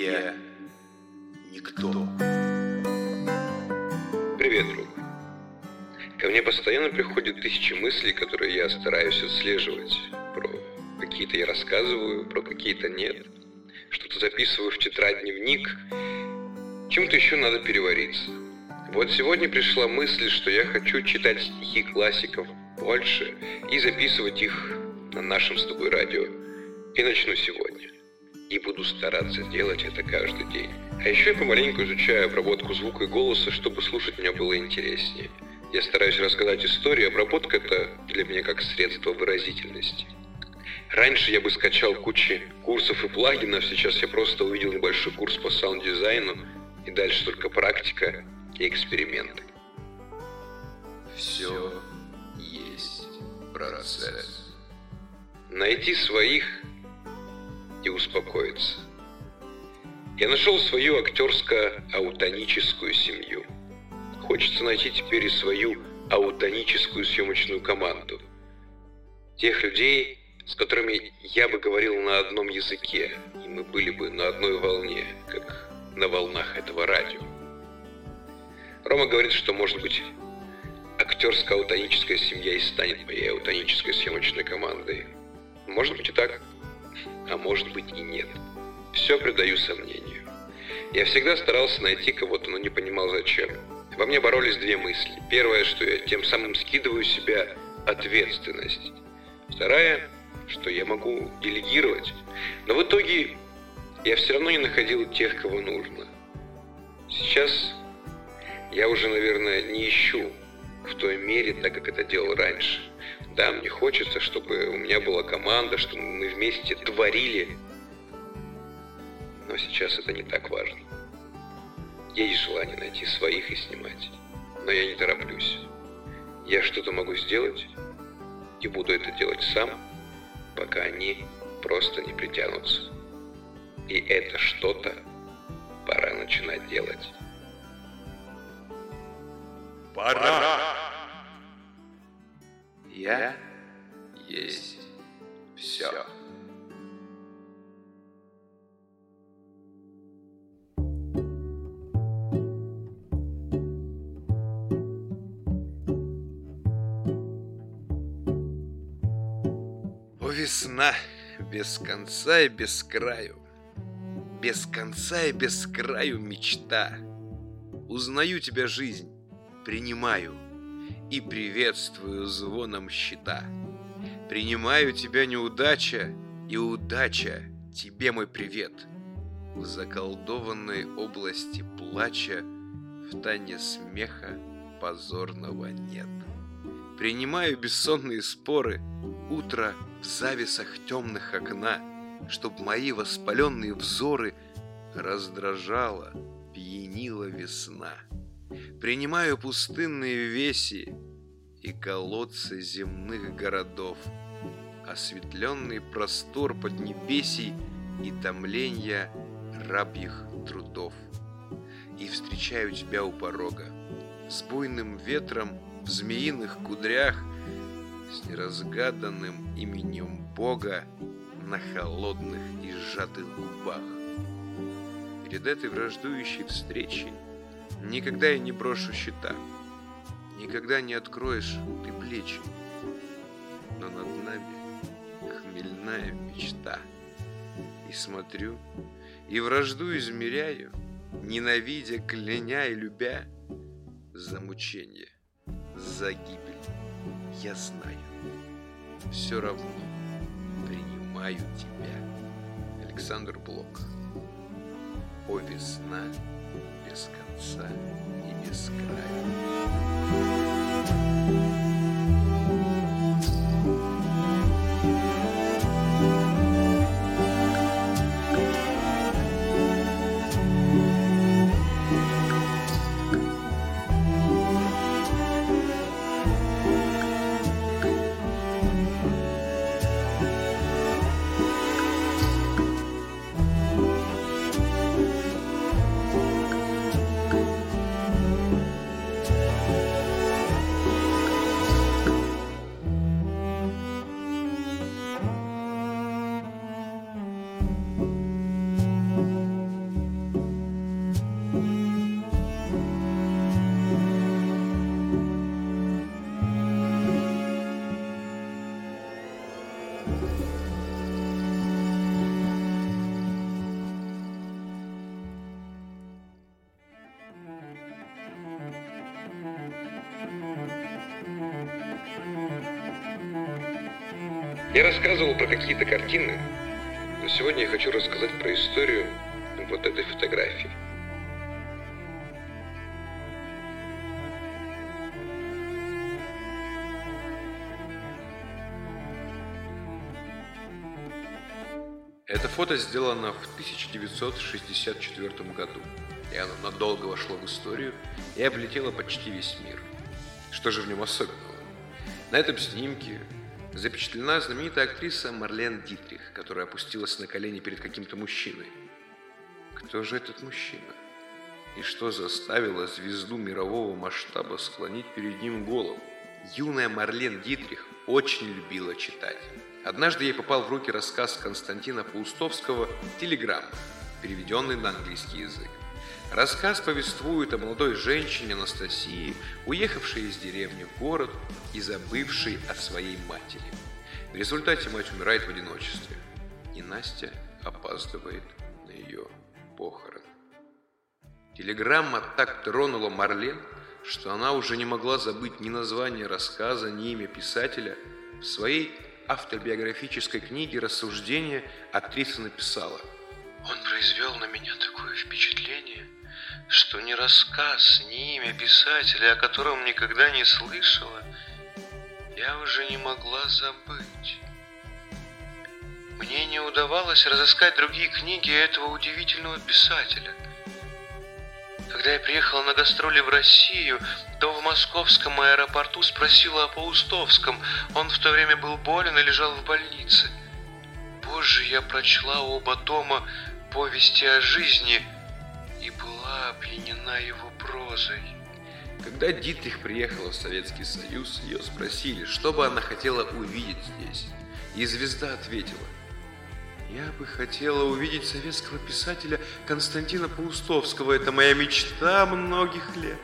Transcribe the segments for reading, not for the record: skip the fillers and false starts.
Я никто. Привет, друг. Ко мне постоянно приходят тысячи мыслей, которые я стараюсь отслеживать. Про какие-то я рассказываю, про какие-то нет. Что-то записываю в тетрадь-дневник. Чем-то еще надо перевариться. Вот сегодня пришла мысль, что я хочу читать стихи классиков больше и записывать их на нашем с тобой радио. И начну сегодня. И буду стараться делать это каждый день. А еще я помаленьку изучаю обработку звука и голоса, чтобы слушать меня было интереснее. Я стараюсь рассказать историю, обработка это для меня как средство выразительности. Раньше я бы скачал кучу курсов и плагинов, сейчас я просто увидел небольшой курс по саунд-дизайну, и дальше только практика и эксперименты. Все есть процесс. Найти своих и успокоиться. Я нашел свою актерско-аутоническую семью. Хочется найти теперь и свою аутоническую съемочную команду. Тех людей, с которыми я бы говорил на одном языке, и мы были бы на одной волне, как на волнах этого радио. Рома говорит, что, может быть, актерско-аутоническая семья и станет моей аутонической съемочной командой. Может быть и так, а может быть и нет. Все придаю сомнению. Я всегда старался найти кого-то, но не понимал зачем. Во мне боролись две мысли. Первая, что я тем самым скидываю с себя ответственность. Вторая, что я могу делегировать. Но в итоге я все равно не находил тех, кого нужно. Сейчас я уже, наверное, не ищу в той мере, так как это делал раньше. Да, мне хочется, чтобы у меня была команда, чтобы мы вместе творили. Но сейчас это не так важно. Есть желание найти своих и снимать. Но я не тороплюсь. Я что-то могу сделать и буду это делать сам, пока они просто не притянутся. И это что-то пора начинать делать. Пора! Я есть все. О, весна, без конца и без краю, без конца и без краю мечта. Узнаю тебя, жизнь, принимаю и приветствую звоном щита. Принимаю тебя, неудача, и удача тебе мой привет. В заколдованной области плача, в тайне смеха позорного нет. Принимаю бессонные споры, утро в завесах темных окна, чтоб мои воспаленные взоры раздражала, пьянила весна. Принимаю пустынные веси и колодцы земных городов, осветленный простор поднебесий и томленья рабьих трудов. И встречаю тебя у порога с буйным ветром в змеиных кудрях, с неразгаданным именем Бога на холодных и сжатых губах. Перед этой враждующей встречей никогда я не брошу щита, никогда не откроешь ты плечи, но над нами хмельная мечта. И смотрю, и вражду измеряю, ненавидя, кляня и любя, за мучение, за гибель. Я знаю, все равно принимаю тебя. Александр Блок. О, весна без конца и без края. Я рассказывал про какие-то картины, но сегодня я хочу рассказать про историю вот этой фотографии. Это фото сделано в 1964 году, и оно надолго вошло в историю и облетело почти весь мир. Что же в нем особенного? На этом снимке запечатлена знаменитая актриса Марлен Дитрих, которая опустилась на колени перед каким-то мужчиной. Кто же этот мужчина? И что заставило звезду мирового масштаба склонить перед ним голову? Юная Марлен Дитрих очень любила читать. Однажды ей попал в руки рассказ Константина Паустовского «Телеграмма», переведенный на английский язык. Рассказ повествует о молодой женщине Анастасии, уехавшей из деревни в город и забывшей о своей матери. В результате мать умирает в одиночестве, и Настя опаздывает на ее похороны. Телеграмма так тронула Марлен, что она уже не могла забыть ни название рассказа, ни имя писателя. В своей автобиографической книге «Рассуждения» актриса написала: «Он произвел на меня такое впечатление, что ни рассказ, ни имя писателя, о котором никогда не слышала, я уже не могла забыть. Мне не удавалось разыскать другие книги этого удивительного писателя. Когда я приехала на гастроли в Россию, то в московском аэропорту спросила о Паустовском. Он в то время был болен и лежал в больнице. Позже я прочла оба тома «Повести о жизни» и была опьянена его прозой». Когда Дитрих приехала в Советский Союз, ее спросили, что бы она хотела увидеть здесь. И звезда ответила: «Я бы хотела увидеть советского писателя Константина Паустовского. Это моя мечта многих лет».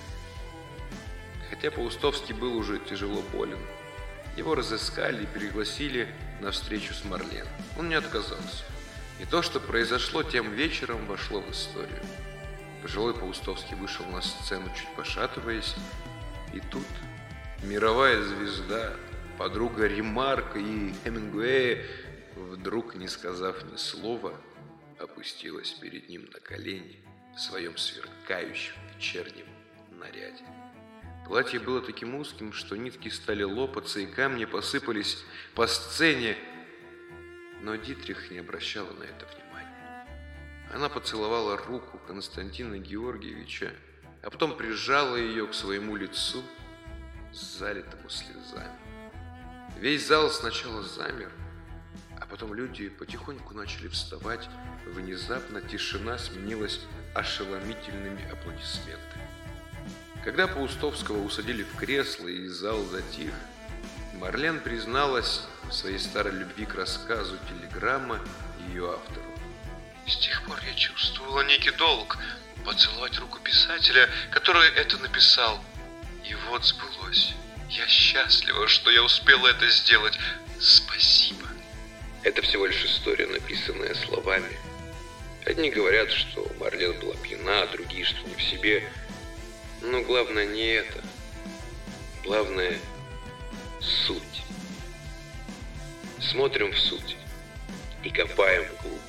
Хотя Паустовский был уже тяжело болен, его разыскали и пригласили на встречу с Марлен. Он не отказался. И то, что произошло тем вечером, вошло в историю. Пожилой Паустовский вышел на сцену, чуть пошатываясь, и тут мировая звезда, подруга Ремарка и Хемингуэя, вдруг, не сказав ни слова, опустилась перед ним на колени в своем сверкающем вечернем наряде. Платье было таким узким, что нитки стали лопаться, и камни посыпались по сцене, но Дитрих не обращала на это внимания. Она поцеловала руку Константина Георгиевича, а потом прижала ее к своему лицу, залитому слезами. Весь зал сначала замер, а потом люди потихоньку начали вставать. Внезапно тишина сменилась ошеломительными аплодисментами. Когда Паустовского усадили в кресло и зал затих, Марлен призналась в своей старой любви к рассказу «Телеграмма» ее автору. «С тех пор я чувствовала некий долг поцеловать руку писателя, который это написал. И вот сбылось. Я счастлива, что я успела это сделать. Спасибо». Это всего лишь история, написанная словами. Одни говорят, что Марлен была пьяна, а другие, что не в себе. Но главное не это. Главное — суть. Смотрим в суть и копаем в глубь.